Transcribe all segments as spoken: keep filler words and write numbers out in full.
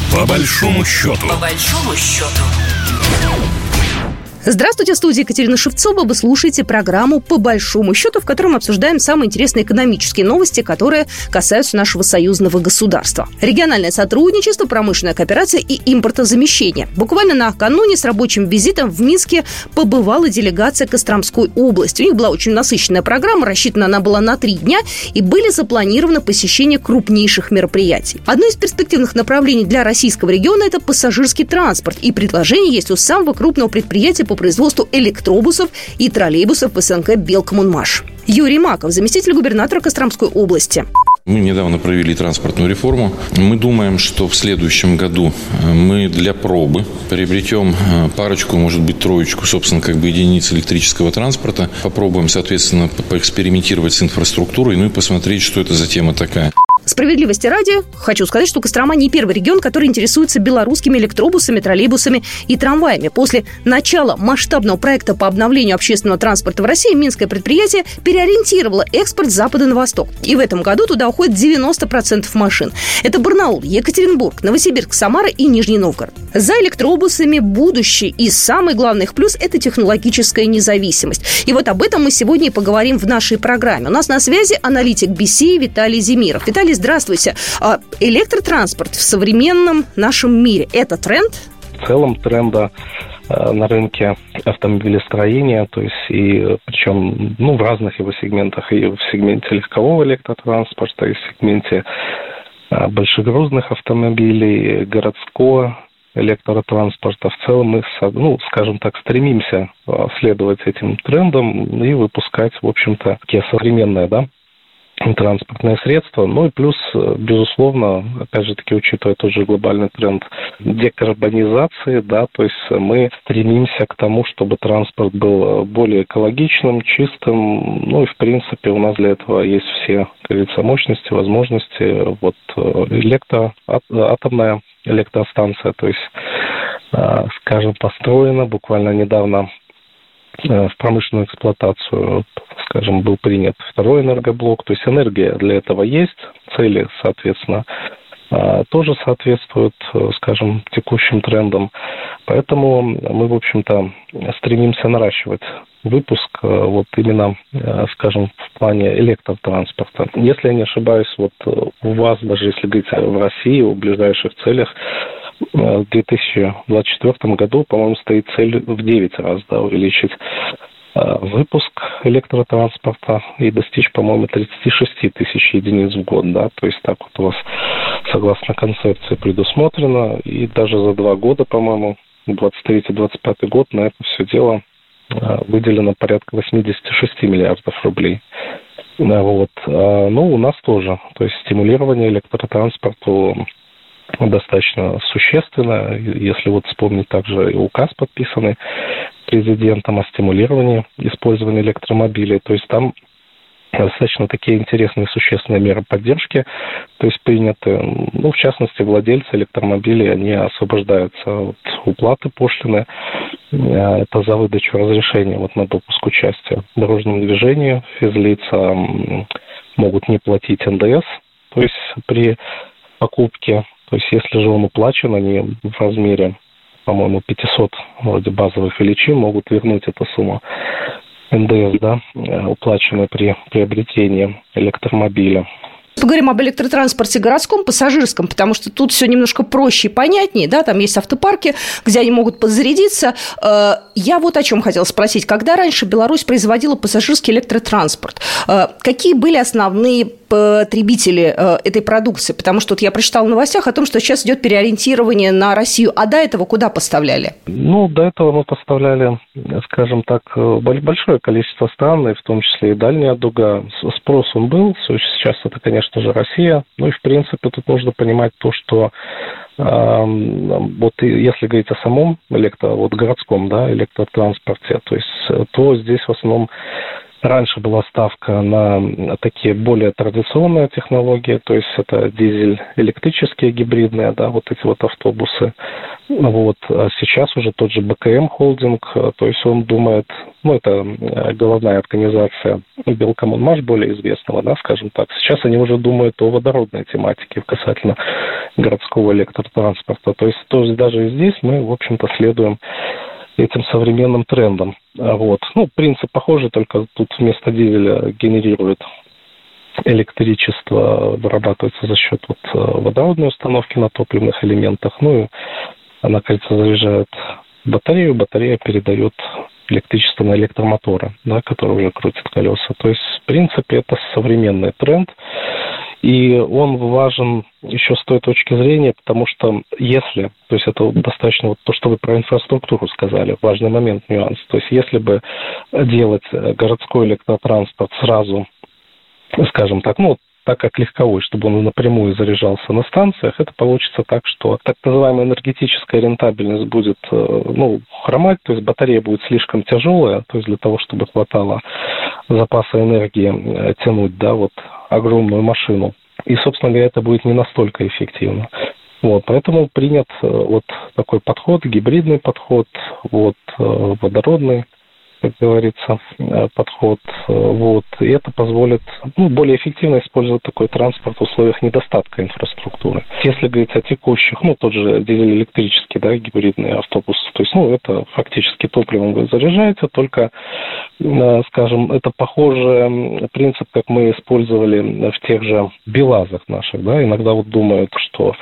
По большому счету. По большому счету. Здравствуйте, в студии Екатерина Шевцова. Вы слушаете программу «По большому счету», в которой мы обсуждаем самые интересные экономические новости, которые касаются нашего союзного государства. Региональное сотрудничество, промышленная кооперация и импортозамещение. Буквально накануне с рабочим визитом в Минске побывала делегация Костромской области. У них была очень насыщенная программа, рассчитана она была на три дня, и были запланированы посещение крупнейших мероприятий. Одно из перспективных направлений для российского региона – это пассажирский транспорт. И предложение есть у самого крупного предприятия по производству электробусов и троллейбусов в СНГ «Белкоммунмаш». Юрий Маков, заместитель губернатора Костромской области. Мы недавно провели транспортную реформу. Мы думаем, что в следующем году мы для пробы приобретем парочку, может быть, троечку, собственно, как бы единиц электрического транспорта. Попробуем, соответственно, поэкспериментировать с инфраструктурой, ну и посмотреть, что это за тема такая. Справедливости ради, хочу сказать, что Кострома не первый регион, который интересуется белорусскими электробусами, троллейбусами и трамваями. После начала масштабного проекта по обновлению общественного транспорта в России минское предприятие переориентировало экспорт с запада на восток. И в этом году туда уходит девяносто процентов машин. Это Барнаул, Екатеринбург, Новосибирск, Самара и Нижний Новгород. За электробусами будущее. И самый главный их плюс – это технологическая независимость. И вот об этом мы сегодня и поговорим в нашей программе. У нас на связи аналитик би си Виталий Земиров. Виталий, здравствуйте. Электротранспорт в современном нашем мире – это тренд? В целом тренда на рынке автомобилестроения, то есть и причем ну, в разных его сегментах, и в сегменте легкового электротранспорта, и в сегменте большегрузных автомобилей, городского электротранспорта. В целом мы, ну, скажем так, стремимся следовать этим трендам и выпускать, в общем-то, такие современные, да, транспортные средства. Ну и плюс, безусловно, опять же таки, учитывая тот же глобальный тренд декарбонизации, да, то есть мы стремимся к тому, чтобы транспорт был более экологичным, чистым. Ну и, в принципе, у нас для этого есть все, как говорится, мощности, возможности. Вот электро, атомная электростанция, то есть, скажем, построена буквально недавно в промышленную эксплуатацию, скажем, был принят второй энергоблок. То есть энергия для этого есть, цели, соответственно, тоже соответствуют, скажем, текущим трендам. Поэтому мы, в общем-то, стремимся наращивать выпуск вот именно, скажем, в плане электротранспорта. Если я не ошибаюсь, вот у вас, даже если говорить в России, в ближайших целях, в две тысячи двадцать четвёртом году, по-моему, стоит цель в девять раз, да, увеличить выпуск электротранспорта и достичь, по-моему, тридцать шесть тысяч единиц в год, да, то есть так вот у вас, согласно концепции, предусмотрено, и даже за два года, по-моему, двадцать третий - двадцать пятый год на это все дело выделено порядка восемьдесят шесть миллиардов рублей. Вот. Ну, у нас тоже, то есть стимулирование электротранспорту достаточно существенно. Если вот вспомнить также и указ, подписанный президентом о стимулировании использования электромобилей, то есть там достаточно такие интересные существенные меры поддержки, то есть приняты, ну, в частности, владельцы электромобилей, они освобождаются от уплаты пошлины, это за выдачу разрешения вот на допуск участия в дорожном движении, физлица могут не платить эн дэ эс, то есть при покупке. То есть, если же он уплачен, они в размере, по-моему, пятьсот вроде базовых величин могут вернуть эту сумму эн дэ эс, да, уплаченную при приобретении электромобиля. Поговорим об электротранспорте городском, пассажирском, потому что тут все немножко проще и понятнее, да, там есть автопарки, где они могут подзарядиться. Я вот о чем хотела спросить. Когда раньше Беларусь производила пассажирский электротранспорт, какие были основные потребители этой продукции? Потому что вот я прочитала в новостях о том, что сейчас идет переориентирование на Россию, а до этого куда поставляли? Ну, до этого мы поставляли, скажем так, большое количество стран, и в том числе и дальняя дуга. Спрос он был, сейчас это, конечно же, Россия. Ну и, в принципе, тут нужно понимать то, что э, вот если говорить о самом электро, вот городском, да, электротранспорте, то есть, то здесь в основном раньше была ставка на такие более традиционные технологии, то есть это дизель-электрические гибридные, да, вот эти вот автобусы. Вот. А сейчас уже тот же БКМ холдинг, то есть он думает, ну, это головная организация Белкоммунмаш, более известного, да, скажем так. Сейчас они уже думают о водородной тематике касательно городского электротранспорта. То есть, то есть даже и здесь мы, в общем-то, следуем этим современным трендам. Вот. Ну, принцип похожий, только тут вместо дизеля генерирует электричество, вырабатывается за счет вот водородной установки на топливных элементах. Ну и она, кажется, заряжает батарею, батарея передает электричество на электромоторы, да, которые уже крутят колеса. То есть, в принципе, это современный тренд. И он важен еще с той точки зрения, потому что если, то есть это достаточно вот то, что вы про инфраструктуру сказали, важный момент, нюанс. То есть если бы делать городской электротранспорт сразу, скажем так, ну, так как легковой, чтобы он напрямую заряжался на станциях, это получится так, что так называемая энергетическая рентабельность будет, ну, хромать, то есть батарея будет слишком тяжелая, то есть для того, чтобы хватало запаса энергии тянуть, да, вот огромную машину. И, собственно говоря, это будет не настолько эффективно. Вот, поэтому принят вот такой подход, гибридный подход, вот, водородный, как говорится, подход. Вот. И это позволит, ну, более эффективно использовать такой транспорт в условиях недостатка инфраструктуры. Если говорить о текущих, ну, тот же дизель-электрический, да, гибридный автобус, то есть, ну, это фактически топливом вы заряжаете, только, скажем, это похожий принцип, как мы использовали в тех же БелАЗах наших, да, иногда вот думают, что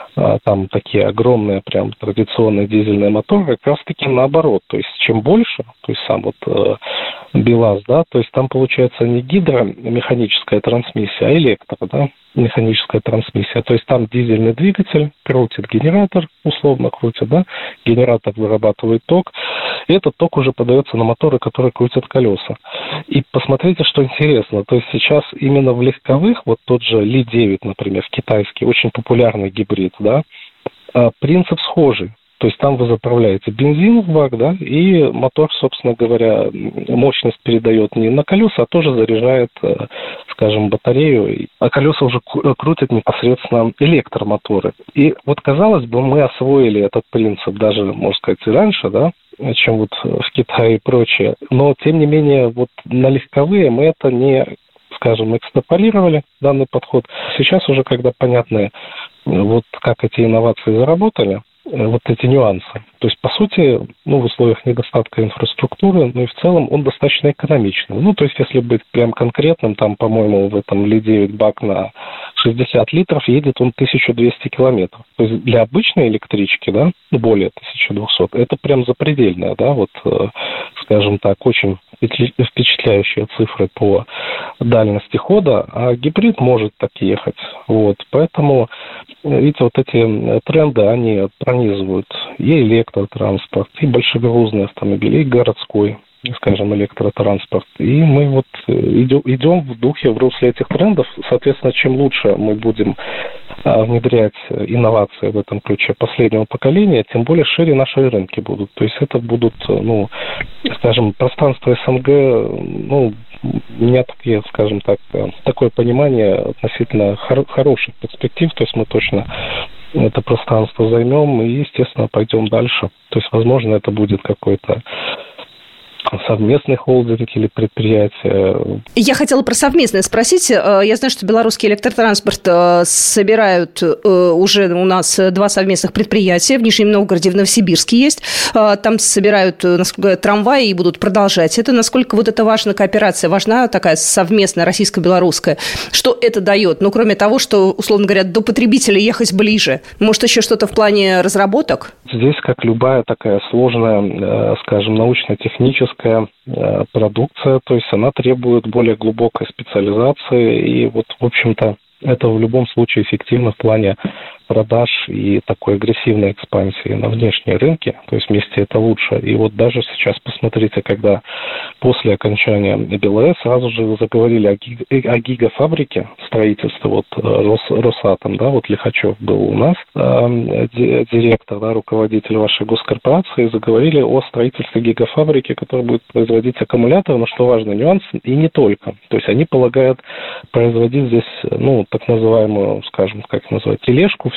там такие огромные прям традиционные дизельные моторы, как раз таки наоборот, то есть чем больше, то есть сам вот э, БелАЗ, да, то есть там получается не гидромеханическая трансмиссия, а электро, да, механическая трансмиссия, то есть там дизельный двигатель крутит генератор, условно крутит, да, генератор вырабатывает ток, и этот ток уже подается на моторы, которые крутят колеса. И посмотрите, что интересно, то есть сейчас именно в легковых, вот тот же Ли девять, например, китайский, очень популярный гибрид, да, принцип схожий. То есть там вы заправляете бензин в бак, да, и мотор, собственно говоря, мощность передает не на колеса, а тоже заряжает, скажем, батарею, а колеса уже крутят непосредственно электромоторы. И вот, казалось бы, мы освоили этот принцип даже, можно сказать, и раньше, да, чем вот в Китае и прочее. Но, тем не менее, вот на легковые мы это не, скажем, экстраполировали, данный подход. Сейчас уже, когда понятно, вот как эти инновации заработали, вот эти нюансы. То есть, по сути, ну, в условиях недостатка инфраструктуры, ну и в целом он достаточно экономичный. Ну, то есть, если быть прям конкретным, там, по-моему, в этом Ли девять бак на шестьдесят литров едет он тысяча двести километров. То есть, для обычной электрички, да, ну, более тысяча двести, это прям запредельная, да, вот, скажем так, очень впечатляющие цифры по дальности хода, а гибрид может так ехать. Вот, поэтому, видите, вот эти тренды, они пронизывают и электротранспорт, и большегрузный автомобиль, и городской, скажем, электротранспорт. И мы вот идем, идем в духе, в русле этих трендов. Соответственно, чем лучше мы будем внедрять инновации в этом ключе последнего поколения, тем более шире наши рынки будут. То есть это будут, ну, скажем, пространство СНГ, ну, у меня такие, скажем так, такое понимание относительно хор- хороших перспектив, то есть мы точно это пространство займем и, естественно, пойдем дальше. То есть, возможно, это будет какой-то совместный холдинг или предприятие. Я хотела про совместное спросить. Я знаю, что белорусский электротранспорт собирают уже у нас два совместных предприятия. В Нижнем Новгороде, в Новосибирске есть. Там собирают, насколько, трамваи и будут продолжать. Это насколько вот эта важная кооперация, важна такая совместная российско-белорусская. Что это дает? Ну, кроме того, что, условно говоря, до потребителя ехать ближе. Может, еще что-то в плане разработок? Здесь, как любая такая сложная, скажем, научно-техническая продукция, то есть она требует более глубокой специализации, и вот, в общем-то, это в любом случае эффективно в плане продаж и такой агрессивной экспансии на внешние рынки, то есть вместе это лучше. И вот даже сейчас посмотрите, когда после окончания БелАЭС сразу же заговорили о, гиг, о гигафабрике строительства, вот Рос, Росатом, да, вот Лихачев был у нас, э, директор, да, руководитель вашей госкорпорации, заговорили о строительстве гигафабрики, которая будет производить аккумуляторы, но что важно, нюанс, и не только. То есть они полагают производить здесь, ну, так называемую, скажем, как называть, тележку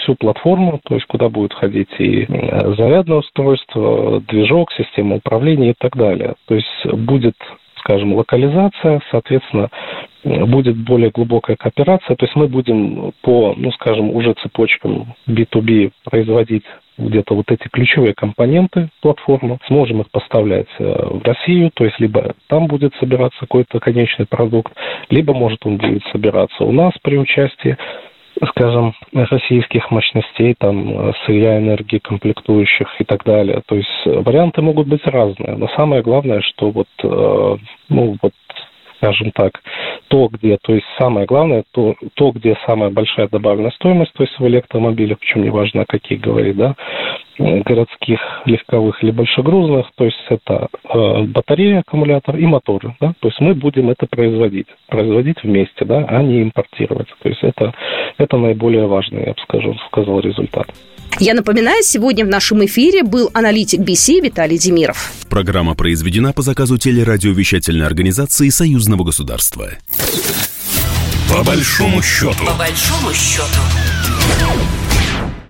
всю платформу, то есть куда будет входить и зарядное устройство, движок, система управления и так далее. То есть будет, скажем, локализация, соответственно, будет более глубокая кооперация. То есть мы будем по, ну, скажем, уже цепочкам би ту би производить где-то вот эти ключевые компоненты платформы, сможем их поставлять в Россию, то есть либо там будет собираться какой-то конечный продукт, либо, может, он будет собираться у нас при участии, скажем, российских мощностей, там, сырья, энергии, комплектующих и так далее. То есть варианты могут быть разные, но самое главное, что вот, ну, вот, скажем так, то, где, то есть самое главное, то, то, где самая большая добавленная стоимость, то есть в электромобилях, причем неважно, о каких говорить, да, городских, легковых или большегрузных, то есть это э, батарея, аккумулятор и моторы, да, то есть мы будем это производить, производить вместе, да, а не импортировать, то есть это, это наиболее важный, я бы скажу, сказал, результат. Я напоминаю, сегодня в нашем эфире был аналитик би си Виталий Демиров. Программа произведена по заказу телерадиовещательной организации Союзного государства. По большому счету. По большому счету.